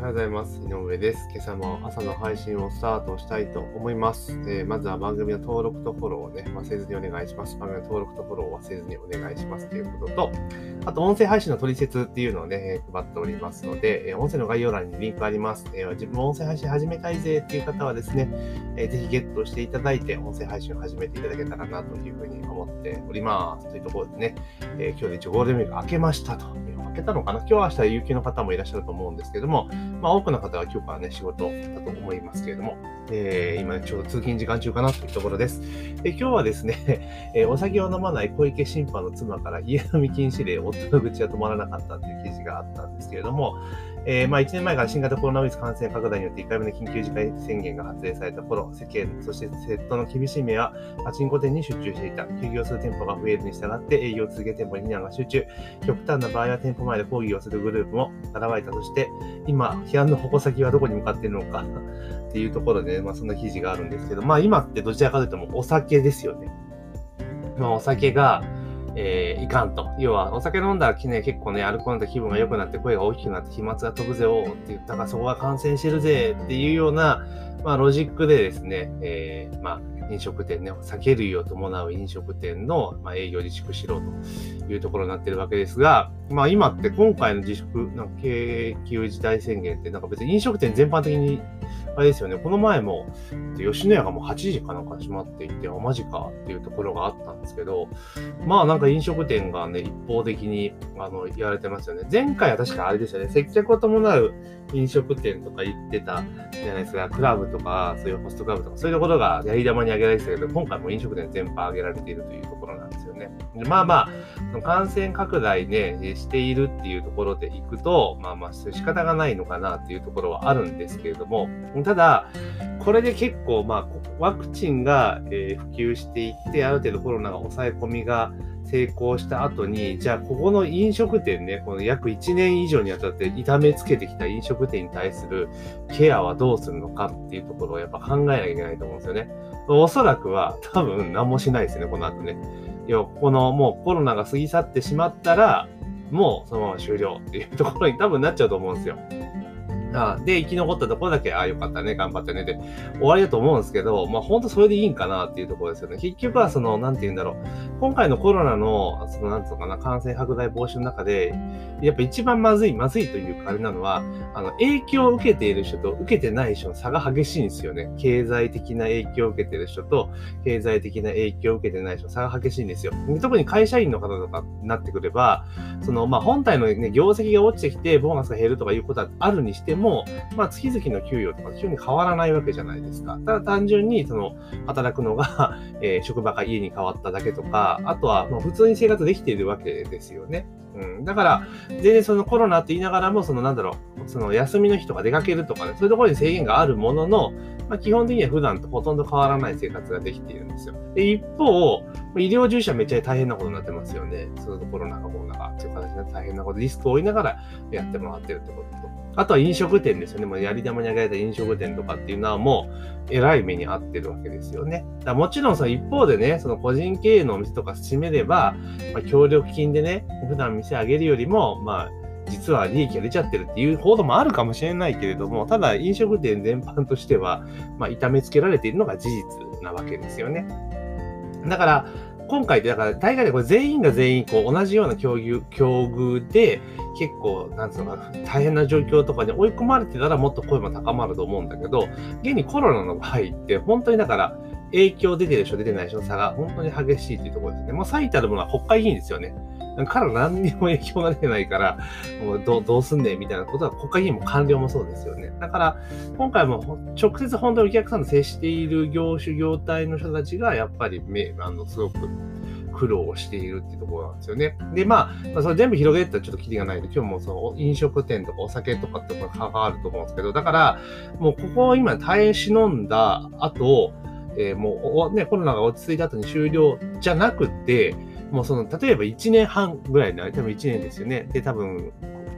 はようございます。井上です。今朝も朝の配信をスタートしたいと思います。まずは番組の登録とフォローをね、忘れずにお願いします。番組の登録とフォローを忘れずにお願いしますということと、あと音声配信の取説っていうのをね、配っておりますので、音声の概要欄にリンクあります。自分も音声配信始めたいぜっていう方はですね、ぜひゲットしていただいて、音声配信を始めていただけたらなというふうに思っております。というところでね、今日で一応ゴールデンウィーク明けましたと。明けたのかな？今日明日有給の方もいらっしゃると思うんですけども、多くの方は今日からね、仕事だと思いますけれども、今ちょうど通勤時間中かなというところです。今日はですね、お酒を飲まない小池審判の妻から家飲み禁止令、夫の愚痴が止まらなかったという記事があったんですけれども、1年前から新型コロナウイルス感染拡大によって1回目の緊急事態宣言が発令された頃、世間、そして窃盗の厳しい目はパチンコ店に集中していた。休業する店舗が増えるに従って営業を続ける店舗に非難が集中。極端な場合は店舗前で抗議をするグループも現れたとして、今、批判の矛先はどこに向かっているのかっていうところで、そんな記事があるんですけど、今ってどちらかというともうお酒ですよね。お酒がいかんと。要は、お酒飲んだらね、結構ね、アルコール飲んだ気分が良くなって、声が大きくなって、飛沫が飛ぶぜ、おーって言ったから、そこが感染してるぜっていうような、ロジックでですね、飲食店ね、酒類を伴う飲食店の、営業自粛しろというところになってるわけですが、今って今回の自粛、緊急事態宣言って、別に飲食店全般的に、あれですよね、この前も、吉野家がもう8時かなんか閉まっていて、マジかっていうところがあったんですけど、飲食店がね、一方的に、言われてますよね。前回は確かあれですよね、接客を伴う飲食店とか言ってたじゃないですか、クラブとか、そういうホストクラブとか、そういうところがやり玉に挙げられてたけど、今回も飲食店全般挙げられているというところなんですよね。で感染拡大ね、しているっていうところでいくと、仕方がないのかなっていうところはあるんですけれども、ただ、これで結構、ワクチンが、普及していって、ある程度コロナが抑え込みが成功した後に、じゃあ、ここの飲食店ね、この約1年以上にわたって痛めつけてきた飲食店に対するケアはどうするのかっていうところをやっぱ考えなきゃいけないと思うんですよね。おそらくは多分何もしないですね、この後ね。このもうコロナが過ぎ去ってしまったら、もうそのまま終了っていうところに多分なっちゃうと思うんですよ。で、生き残ったところだけ、よかったね、頑張ったねで終わりだと思うんですけど、本当それでいいんかなっていうところですよね。結局はなんて言うんだろう。今回のコロナの、なんつうのかな、感染拡大防止の中で、やっぱ一番まずいというかあれなのは、影響を受けている人と受けてない人の差が激しいんですよね。経済的な影響を受けている人と、経済的な影響を受けてない人の差が激しいんですよ。特に会社員の方とかになってくれば、本体のね、業績が落ちてきて、ボーナスが減るとかいうことはあるにしても、月々の給与とか基本に変わらないわけじゃないですか。ただ単純に、働くのが、職場が家に変わっただけとか、あとは、普通に生活できているわけですよね。だから、全然コロナって言いながらも、休みの日とか出かけるとかね、そういうところに制限があるものの、基本的には普段とほとんど変わらない生活ができているんですよ。で、一方、医療従事者めっちゃ大変なことになってますよね。コロナがっていう形で大変なこと、リスクを負いながらやってもらってるってことと。あとは飲食店ですよね。もうやり玉に挙げられた飲食店とかっていうのはもう、偉い目に遭ってるわけですよね。だからもちろん一方でね、個人経営のお店とか閉めれば、協力金でね、普段店上げるよりも、実は利益が出ちゃってるっていう報道もあるかもしれないけれども、ただ飲食店全般としては、痛めつけられているのが事実なわけですよね。だから、今回って大概でこれ全員が全員同じような境遇で結構大変な状況とかに追い込まれてたらもっと声も高まると思うんだけど、現にコロナの場合って本当に影響出てる人出てない人の差が本当に激しいというところですね。もう最たるものは国会議員ですよね。から何にも影響が出てないから、もうどうすんねんみたいなことは国会議員も官僚もそうですよね。だから、今回も直接本当にお客さんと接している業種業態の人たちがやっぱりすごく苦労をしているっていうところなんですよね。で、それ全部広げてったらちょっとキリがないんで、今日も飲食店とかお酒とかって関わると思うんですけど、だから、もうここを今耐え忍んだ後、もうね、コロナが落ち着いた後に終了じゃなくて、もう例えば1年半ぐらいの、多分1年ですよね。で、多分、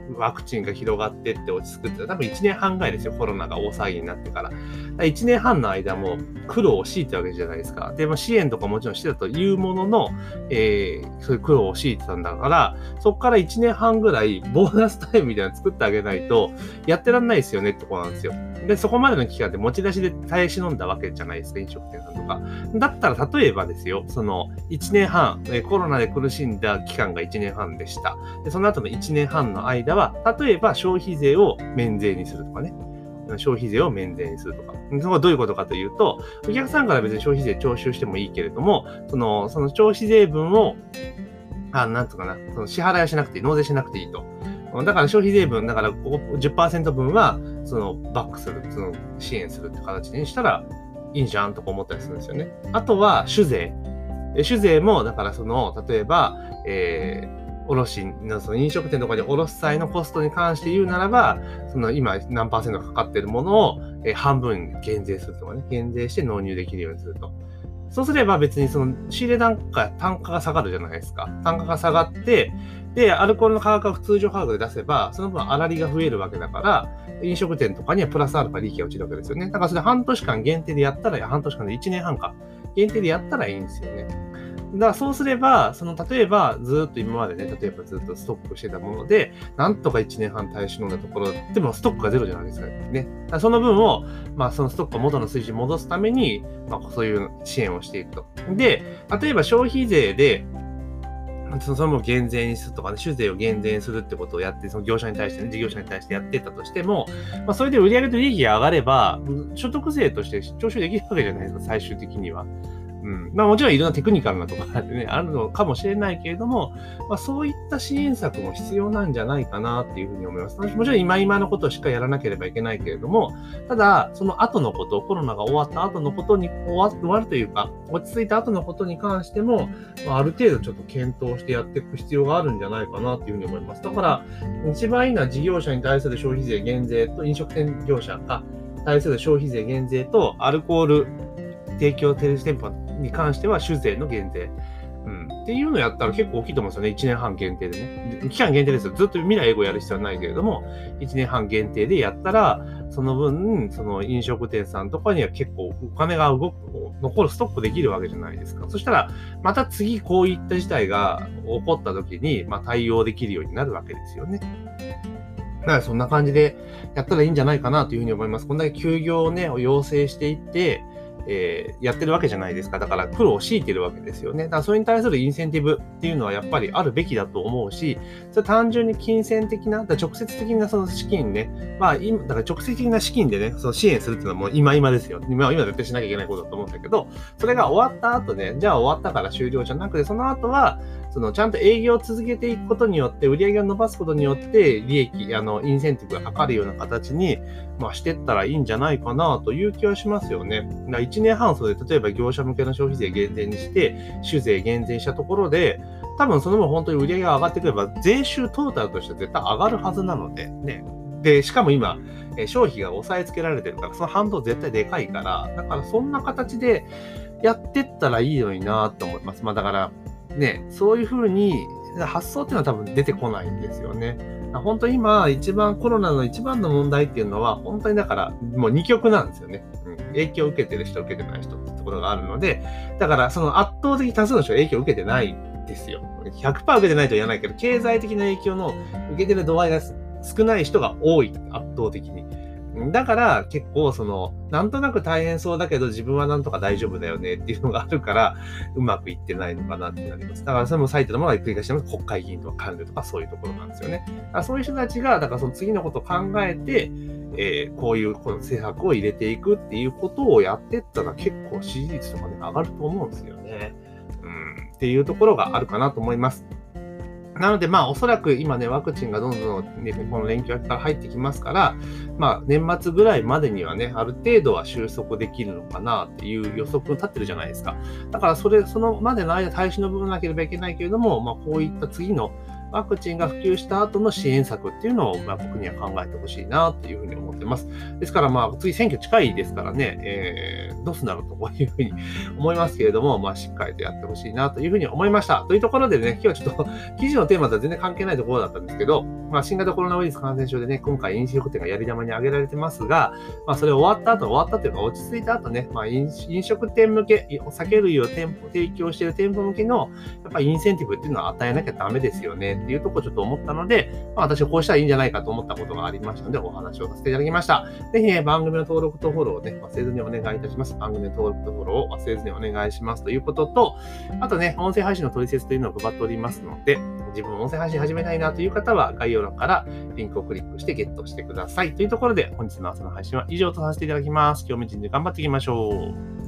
ワクチンが広がってって落ち着くって多分1年半ぐらいですよ、コロナが大騒ぎになってから。1年半の間も苦労を強いてたわけじゃないですか。で、支援とかもちろんしてたというものの、そういう苦労を強いてたんだから、そこから1年半ぐらいボーナスタイムみたいなの作ってあげないとやってらんないですよねってことなんですよ。で、そこまでの期間で持ち出しで耐え忍んだわけじゃないですか、飲食店さんとか。だったら例えばですよ、その1年半、コロナで苦しんだ期間が1年半でした。で、その後の1年半の間は、例えば消費税を免税にするとかね。消費税を免税にするとか。それはどういうことかというと、お客さんから別に消費税徴収してもいいけれども、その消費税分を、なんつうかな、その支払いはしなくていい、納税しなくていいと。だから消費税分、だからここ 10% 分は、バックする、支援するって形にしたらいいじゃんとか思ったりするんですよね。あとは、酒税。酒税も、だから例えば、卸の飲食店とかに卸す際のコストに関して言うならば、今何%かかっているものを、半分減税するとかね、減税して納入できるようにすると。そうすれば別に仕入れ単価が下がるじゃないですか。単価が下がって、で、アルコールの価格が通常価格で出せば、その分粗利が増えるわけだから、飲食店とかにはプラスアルファ利益が落ちるわけですよね。だからそれ半年間限定でやったら、半年間で1年半か。限定でやったらいいんですよね。だからそうすれば、例えばずっと今までね、例えばずっとストックしてたもので、なんとか1年半耐え忍んだところ、でもストックがゼロじゃないですかね。だからその分を、そのストックを元の水準に戻すために、そういう支援をしていくと。で、例えば消費税で、それも減税にするとかね、酒税を減税にするってことをやって、その業者に対してね、事業者に対してやってたとしても、それで売上と利益が上がれば、所得税として徴収できるわけじゃないですか、最終的には。もちろんいろんなテクニカルなところでね、あるのかもしれないけれども、そういった支援策も必要なんじゃないかなっていうふうに思います。もちろん今のことをしっかりやらなければいけないけれども、ただ、その後のこと、コロナが終わった後のことに終わるというか、落ち着いた後のことに関しても、ある程度ちょっと検討してやっていく必要があるんじゃないかなっていうふうに思います。だから、一番いいのは事業者に対する消費税減税と飲食店業者が対する消費税減税とアルコール提供停止店舗に関しては酒税の減税。っていうのをやったら結構大きいと思うんですよね。1年半限定でね。期間限定ですよ。ずっと未来永劫やる必要はないけれども、1年半限定でやったら、その分、飲食店さんとかには結構お金が残るストックできるわけじゃないですか。そしたら、また次こういった事態が起こった時に、対応できるようになるわけですよね。だからそんな感じでやったらいいんじゃないかなというふうに思います。こんだけ休業をね、要請していって、やってるわけじゃないですか。だから苦労を強いてるわけですよね。だからそれに対するインセンティブっていうのはやっぱりあるべきだと思うし、それ単純に金銭的な、直接的なその資金ね、だから直接的な資金でね、その支援するっていうのはもう今ですよ。今絶対しなきゃいけないことだと思うんだけど、それが終わった後ね、じゃあ終わったから終了じゃなくて、その後は、ちゃんと営業を続けていくことによって、売り上げを伸ばすことによって、利益、インセンティブがかかるような形に、してったらいいんじゃないかなという気はしますよね。だから1年半それで、例えば業者向けの消費税減税にして、酒税減税したところで、多分その分本当に売り上げが上がってくれば、税収トータルとして絶対上がるはずなので、ね。で、しかも今、消費が抑えつけられてるから、その反動絶対でかいから、だからそんな形でやってったらいいのになと思います。だからね、そういうふうに発想っていうのは多分出てこないんですよね。本当に今コロナの一番の問題っていうのは本当にだからもう二極なんですよね。影響を受けてる人受けてない人ってところがあるので、だからその圧倒的多数の人が影響を受けてないんですよ。100% 受けてないとは言わないけど、経済的な影響の受けてる度合いが少ない人が多い、圧倒的に。だから結構なんとなく大変そうだけど自分はなんとか大丈夫だよねっていうのがあるからうまくいってないのかなってなります。だからそれも最たるものが繰り返してます国会議員とか官僚とかそういうところなんですよね。だからそういう人たちが、だからその次のことを考えて、こういうこの政策を入れていくっていうことをやってったら結構支持率とかね上がると思うんですよね。っていうところがあるかなと思います。なので、おそらく今ね、ワクチンがどんどん、ね、この連休から入ってきますから、年末ぐらいまでにはね、ある程度は収束できるのかなっていう予測立ってるじゃないですか。だからそのまでの間耐え忍ばなければいけないけれども、こういった次のワクチンが普及した後の支援策っていうのを、僕には考えてほしいなっていうふうに思ってます。ですから、次選挙近いですからね、どうすんだろうというふうに思いますけれども、しっかりとやってほしいなというふうに思いました。というところでね、今日はちょっと記事のテーマとは全然関係ないところだったんですけど、新型コロナウイルス感染症でね、今回飲食店がやり玉に挙げられてますが、それ終わったというか落ち着いた後ね、飲食店向け、酒類を提供している店舗向けの、やっぱりインセンティブっていうのは与えなきゃダメですよねっていうところをちょっと思ったので、私はこうしたらいいんじゃないかと思ったことがありましたので、お話をさせていただきました。ぜひね、番組の登録とフォローをね、忘れずにお願いいたします。番組の登録とフォローを忘れずにお願いしますということと、あとね、音声配信の取説というのを配っておりますので、自分音声配信始めたいなという方は概要欄からリンクをクリックしてゲットしてください。というところで本日の朝の配信は以上とさせていただきます。今日も一日頑張っていきましょう。